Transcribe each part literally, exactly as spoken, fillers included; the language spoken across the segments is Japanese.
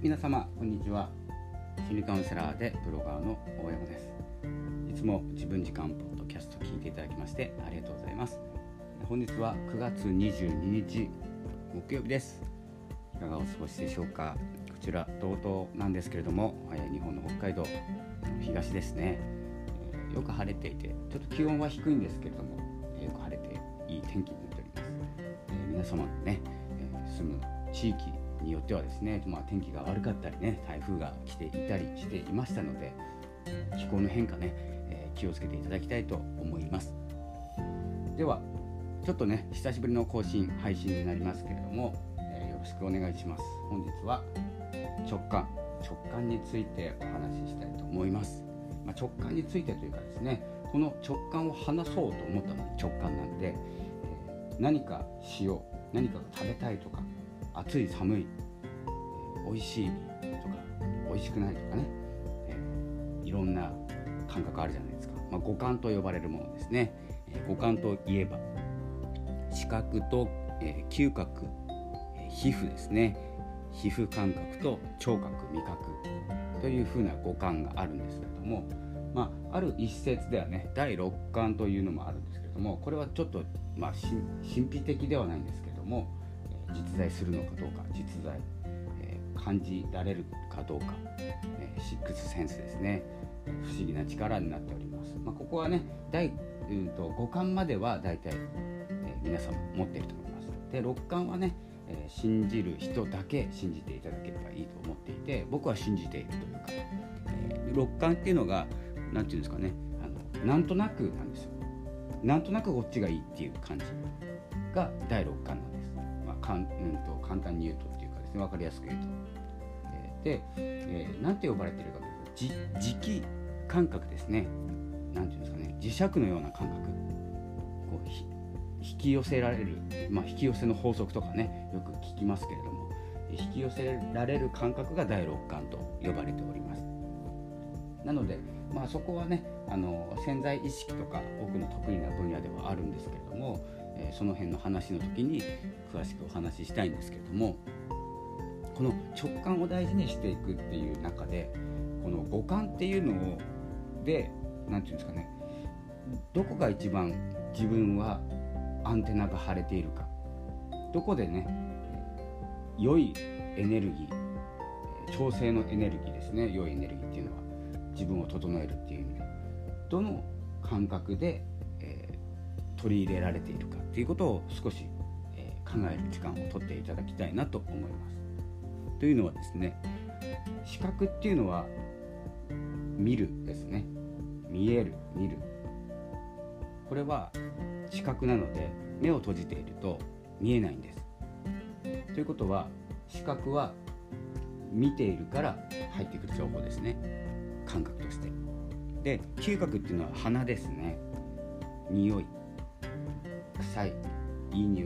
皆様こんにちは。心理カウンセラーでブロガーの大山です。いつも自分時間ポッドキャスト聞いていただきましてありがとうございます。本日はくがつにじゅうににち木曜日です。いかがお過ごしでしょうか。こちら道東なんですけれども、日本の北海道の東ですね。よく晴れていて、ちょっと気温は低いんですけれども、よく晴れていい天気になっております。皆様のね、住む地域によってはですね、まあ、天気が悪かったりね、台風が来ていたりしていましたので、気候の変化ね、えー、気をつけていただきたいと思います。ではちょっとね、久しぶりの更新配信になりますけれども、えー、よろしくお願いします。本日は直感直感についてお話ししたいと思います。まあ、直感についてというかですね、この直感を話そうと思ったのに直感なんで、えー、何かしよう、何かが食べたいとか、暑い寒い、えー、美味しいとか美味しくないとかね、えー、いろんな感覚あるじゃないですか。まあ、五感と呼ばれるものですね。えー、五感といえば視覚と、えー、嗅覚、えー、皮膚ですね。皮膚感覚と聴覚、味覚というふうな五感があるんですけれども、まあ、ある一説ではね、第六感というのもあるんですけれども、これはちょっと、まあ、神秘的ではないんですけれども、実在するのかどうか、実在、えー、感じられるかどうか、えー、シックスセンスですね、えー、不思議な力になっております。まあ、ここはね、第、うん、と五感まではだいたい、えー、皆様持っていると思います。で、六感はね、えー、信じる人だけ信じていただければいいと思っていて、僕は信じているというか、えー、六感っていうのがなんていうんですかね、あのなんとなくなんですよ。なんとなくこっちがいいっていう感じが第六感なんです。かん、うん、と簡単に言うとっていうかですね、分かりやすく言うと、えー、で、えー、なんて呼ばれているかというと、じ磁気感覚ですね。なんていうんですかね、磁石のような感覚、こう引き寄せられる、まあ、引き寄せの法則とかね、よく聞きますけれども、引き寄せられる感覚が第六感と呼ばれております。なので、まあ、そこはね、あの潜在意識とか僕の得意な分野ではあるんですけれども、えー、その辺の話の時に詳しくお話ししたいんですけれども、この直感を大事にしていくっていう中で、この五感っていうのをで、なんていうんですかね、どこが一番自分はアンテナが張れているか、どこでね、良いエネルギー、調整のエネルギーですね、良いエネルギーっていうのは自分を整えるっていう意味で、どの感覚で、えー、取り入れられているかっていうことを少し、えー、考える時間を取っていただきたいなと思います。というのはですね、視覚っていうのは見るですね。見える、見る。これは視覚なので、目を閉じていると見えないんです。ということは、視覚は見ているから入ってくる情報ですね、感覚として。で、嗅覚っていうのは鼻ですね。匂い、臭い、いい匂い、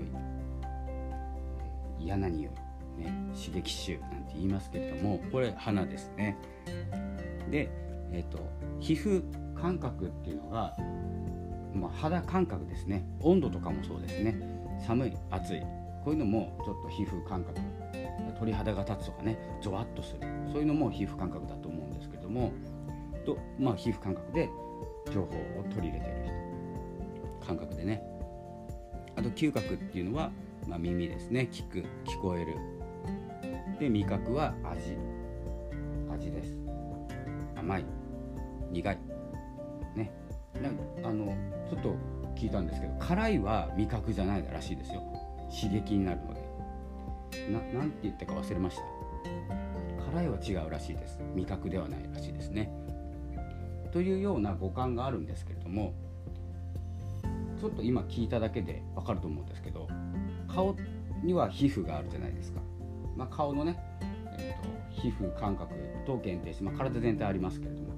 嫌な匂い、ね、刺激臭なんて言いますけれども、これ鼻ですね。で、えっと、皮膚感覚っていうのが、まあ、肌感覚ですね。温度とかもそうですね。寒い、暑い、こういうのもちょっと皮膚感覚、鳥肌が立つとかね、ゾワッとする、そういうのも皮膚感覚だと思うんですけれども、と、まあ、皮膚感覚で情報を取り入れている人、感覚でね。あと嗅覚っていうのは、まあ、耳ですね。聞く、聞こえる。で、味覚は味、味です。甘い、苦いね。なあのちょっと聞いたんですけど、辛いは味覚じゃないらしいですよ。刺激になるので。な、なんて言ったか忘れました。辛いは違うらしいです。味覚ではないらしいですね。というような五感があるんですけれども、ちょっと今聞いただけで分かると思うんですけど、顔には皮膚があるじゃないですか。まあ、顔のね、えーと、皮膚感覚と限定して、まあ、体全体ありますけれども、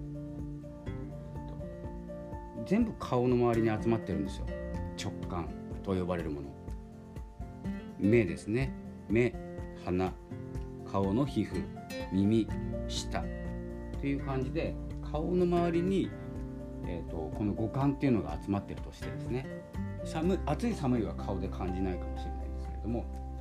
えーと、全部顔の周りに集まってるんですよ。直感と呼ばれるもの。目ですね。目、鼻、顔の皮膚、耳、舌という感じで、顔の周りに、えーと、この五感っていうのが集まってるとしてですね、寒い、暑い寒いは顔で感じないかもしれないですけれども、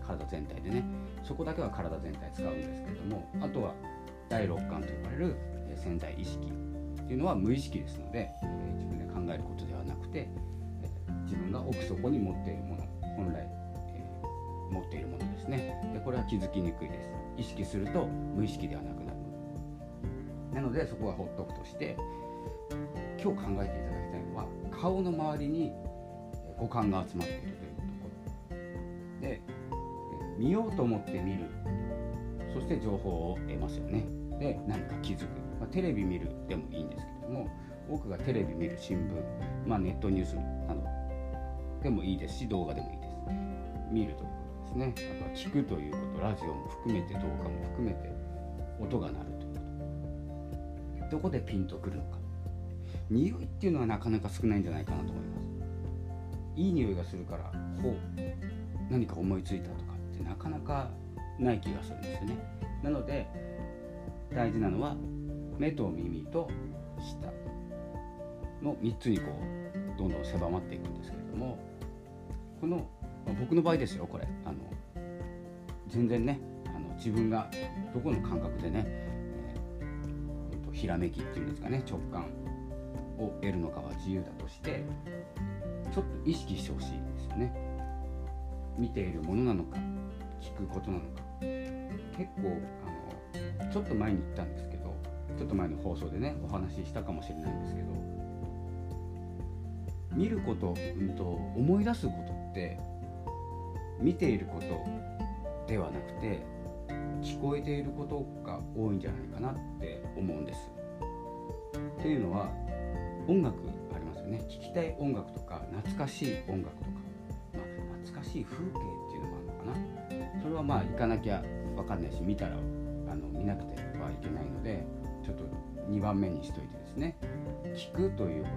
体全体でね。そこだけは体全体使うんですけれども、あとはだいろっかんと呼ばれる潜在意識っていうのは無意識ですので、自分で考えることではなくて、自分が奥底に持っているもの、本来、えー、持っているものですね。でこれは気づきにくいです。意識すると無意識ではなくなるので、なのでそこはほっとくとして、今日考えていただきたいのは、顔の周りに五感が集まっているというところで、見ようと思って見る、そして情報を得ますよね。で何か気づく、まあ、テレビ見るでもいいんですけれども、多くがテレビ見る、新聞、まあ、ネットニュースなどでもいいですし、動画でもいいです。見るということですね。あとは聞くということ、ラジオも含めて動画も含めて音が鳴るということ、どこでピンとくるのか。匂いっていうのはなかなか少ないんじゃないかなと思います。いい匂いがするからほう何か思いついたとかってなかなかない気がするんですよね。なので大事なのは目と耳と舌のみっつにこうどんどん狭まっていくんですけれども、この僕の場合ですよ、これあの全然ね、あの自分がどこの感覚でね、えーえーと、ひらめきっていうんですかね、直感を得るのかは自由だとして、ちょっと意識してほしいですよね。見ているものなのか、聞くことなのか。結構あのちょっと前に言ったんですけど、ちょっと前の放送でねお話ししたかもしれないんですけど、見ること、うんと、思い出すことって見ていることではなくて聞こえていることが多いんじゃないかなって思うんです。というのは、音楽ありますよね。聴きたい音楽とか懐かしい音楽とか、まあ、懐かしい風景っていうのもあるのかな。それはまあ行かなきゃ分かんないし、見たらあの見なくてはいけないので、ちょっとにばんめにしといてですね、聴くということ、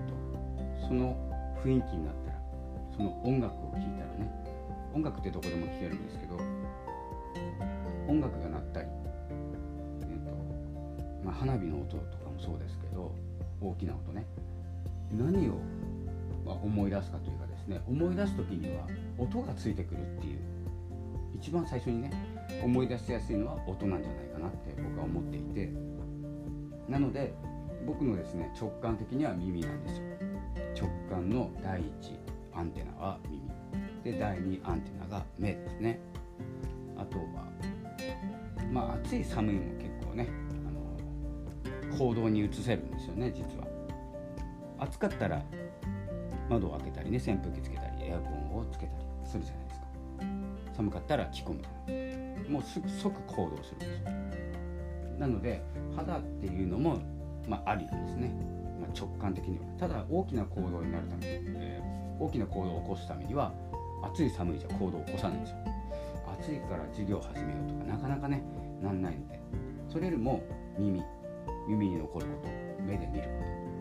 その雰囲気になったら、その音楽を聴いたらね、音楽ってどこでも聴けるんですけど、音楽が鳴ったり、えーとまあ、花火の音とかもそうですけど、大きな音ね、何を思い出すかというかですね、思い出す時には音がついてくるっていう、一番最初にね思い出しやすいのは音なんじゃないかなって僕は思っていて、なので僕のですね直感的には耳なんですよ。直感の第一アンテナは耳で、第二アンテナが目ですね。あとはまあ暑い寒いも結構ね、あの行動に移せるんですよね。実は暑かったら窓を開けたりね、扇風機つけたりエアコンをつけたりするじゃないですか。寒かったら着込むじゃない、もうすぐ即行動するんですよ。なので肌っていうのも、まあ、ありなんですね、まあ、直感的には。ただ大きな行動になるために、えー、大きな行動を起こすためには暑い寒いじゃ行動を起こさないんですよ。暑いから授業を始めようとかなかなかねなんないので、それよりも耳耳に残ること、目で見ること、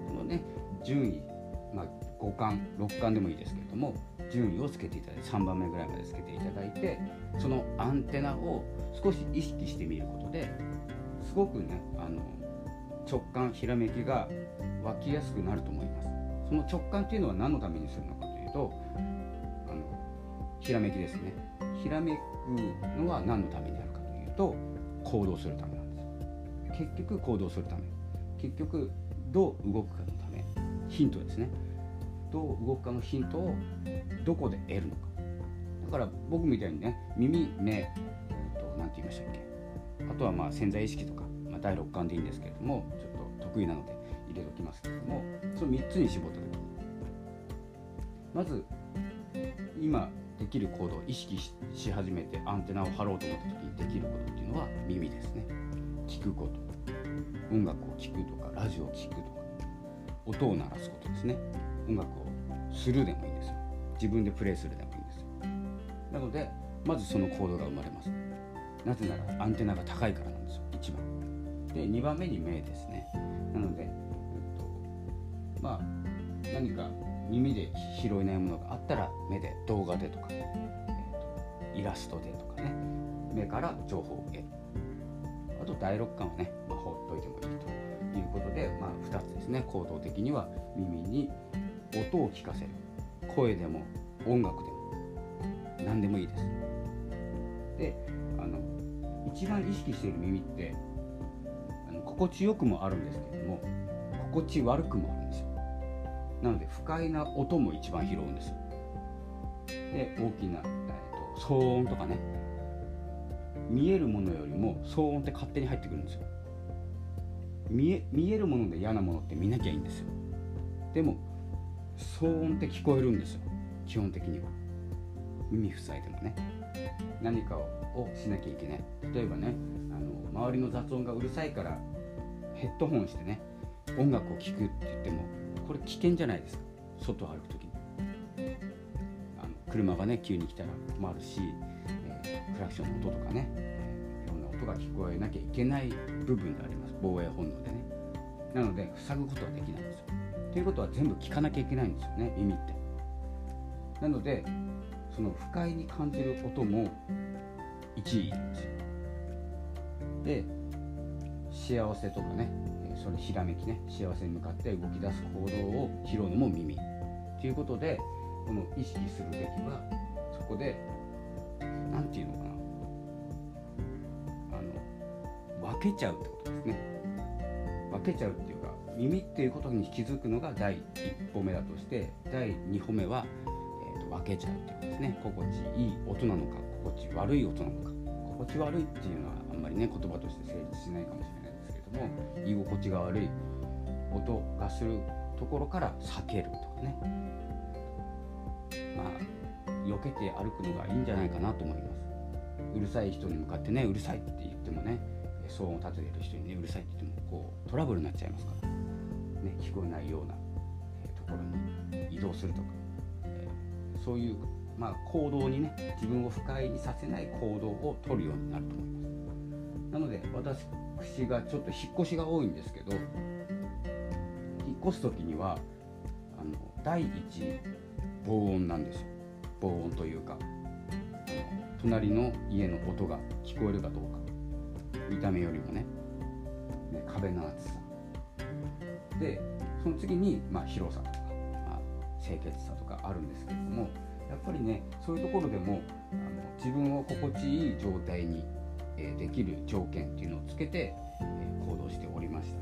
このね順位、まあ、ごかんろっかんでもいいですけれども、順位をつけていただいて、さんばんめぐらいまでつけていただいて、そのアンテナを少し意識してみることですごくね、あの直感、ひらめきが湧きやすくなると思います。その直感っていうのは何のためにするのかというと、あのひらめきですね。ひらめくのは何のためにあるかというと、行動するためなんです。結局行動するため、結局どう動くかのため、ヒントですね。どう動くかのヒントをどこで得るのか。だから僕みたいにね、耳、目、えーと、なんて言いましたっけ、あとはまあ潜在意識とか、まあ、だいろっかんでいいんですけれども、ちょっと得意なので入れておきますけれども、そのみっつに絞った時に、まず今できる行動を意識 し, し始めてアンテナを張ろうと思った時にできることっていうのは耳ですね。聞くこと、音楽を聞くとかラジオを聞くとか音を鳴らすことですね。音楽をするでもいいんですよ。自分でプレイするでもいいんですよ。なのでまずその行動が生まれます。なぜならアンテナが高いからなんですよ、いちばんで。にばんめに目ですね。なので、えっと、まあ何か耳で拾えないものがあったら目で、動画でとか、えっと、イラストでとかね、目から情報を得る。あとだいろっかんはね、まあ、放っといてもいいということで、まあ、ふたつですね。行動的には耳に音を聞かせる、声でも音楽でも何でもいいです。 で、あの一番意識している耳ってあの心地よくもあるんですけれども、心地悪くもあるんですよ。なので不快な音も一番拾うんですよ。で、大きな、えーと、騒音とかね、見えるものよりも騒音って勝手に入ってくるんですよ。見え、見えるもので嫌なものって見なきゃいいんですよ。でも騒音って聞こえるんですよ、基本的には。耳塞いでもね、何かをしなきゃいけない。例えばね、あの周りの雑音がうるさいからヘッドホンしてね、音楽を聴くって言ってもこれ危険じゃないですか。外を歩くときにあの車がね急に来たら困るし、えー、クラクションの音とかね、えー、いろんな音が聞こえなきゃいけない部分であります。防衛本能でね。なので塞ぐことはできないんですよ。ということは全部聞かなきゃいけないんですよね、耳って。なのでその不快に感じる音も一位なんですよ。で、幸せとかね、それひらめきね、幸せに向かって動き出す行動を拾うのも耳ということで、この意識するべきはそこでなんていうのかな、あの分けちゃうってことですね。分けちゃうっていうか、耳っていうことに気づくのが第一歩目だとして、第二歩目は、えー、と分けちゃうっていうことですね。心地いい音なのか、心地悪い音なのか。心地悪いっていうのはあんまりね、言葉として成立しないかもしれないですけれども、居心地が悪い音がするところから避けるとかね、まあ避けて歩くのがいいんじゃないかなと思います。うるさい人に向かってね、うるさいって言ってもね、騒音を立てている人にね、うるさいって言ってもこうトラブルになっちゃいますからね、聞こえないような、えー、ところに移動するとか、えー、そういう、まあ、行動にね、自分を不快にさせない行動を取るようになると思います。なので私がちょっと引っ越しが多いんですけど、引っ越す時にはあの第一防音なんですよ。防音というか、あの隣の家の音が聞こえるかどうか、見た目よりもね、ね、壁の厚さで、その次に、まあ、広さとか、まあ、清潔さとかあるんですけれども、やっぱりね、そういうところでもあの自分を心地いい状態に、えー、できる条件っていうのをつけて、えー、行動しておりました。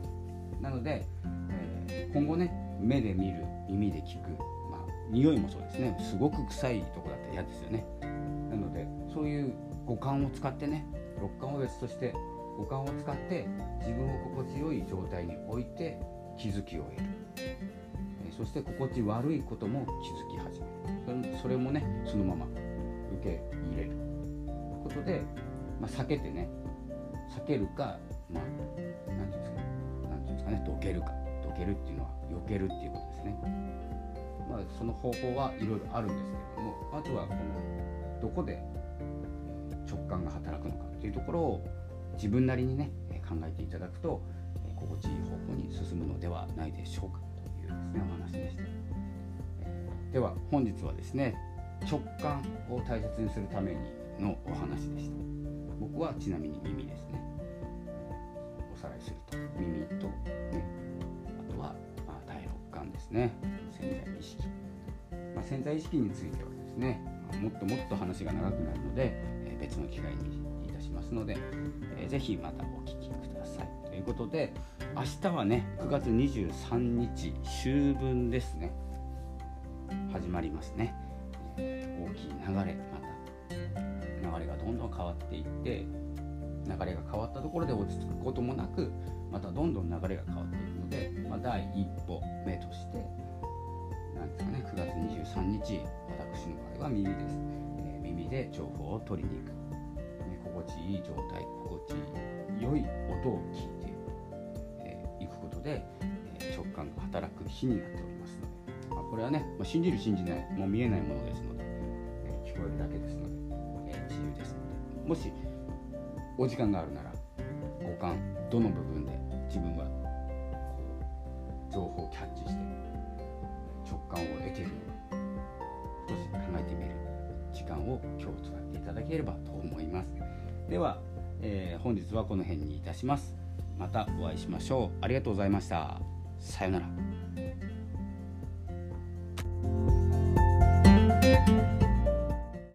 なので、えー、今後ね、目で見る、耳で聞く、まあ、匂いもそうですね。すごく臭いとこだったら嫌ですよね。なのでそういう五感を使ってね、六感を別として五感を使って自分を心地よい状態に置いて気づきを得る、えー、そして心地悪いことも気づき始める。それもね、そのまま受け入れることで、まあ、避けてね、避けるか、まあ、なんていうんですか、なんていうんですかね、どけるか。どけるっていうのは避けるっていうことですね。まあ、その方法はいろいろあるんですけれども、あとはこのどこで直感が働くのかというところを自分なりにね考えていただくと、心地いい方向に進むのではないでしょうかというですね、お話でした。では本日はですね、直感を大切にするためにのお話でした。僕はちなみに耳ですね。おさらいすると耳とね、あとは、まあ、第六感ですね、潜在意識、まあ、潜在意識についてはですね、まあ、もっともっと話が長くなるので、えー、別の機会にいたしますので、えー、ぜひまたお聞きくださいということで、明日はねくがつにじゅうさんにち秋分ですね、始まりますね。えー、大きい流れ、また流れがどんどん変わっていって、流れが変わったところで落ち着くこともなく、またどんどん流れが変わっていくので、まあ、第一歩目としてなんですかね、くがつにじゅうさんにち、私の場合は耳です、えー、耳で情報を取りに行く、ね、心地いい状態、心地良い音を聞いてい、えー、くことで、えー、直感が働く日になっておりますので、まあ、これはね、まあ、信じる信じない、もう見えないものですので、えー、聞こえるだけですので、えー、自由ですので、もしお時間があるなら五感どの部分で自分は情報をキャッチして直感を得ているのか、少し考えてみる時間を今日使っていただければと思います。では、えー、本日はこの辺にいたします。またお会いしましょう。ありがとうございました。さようなら。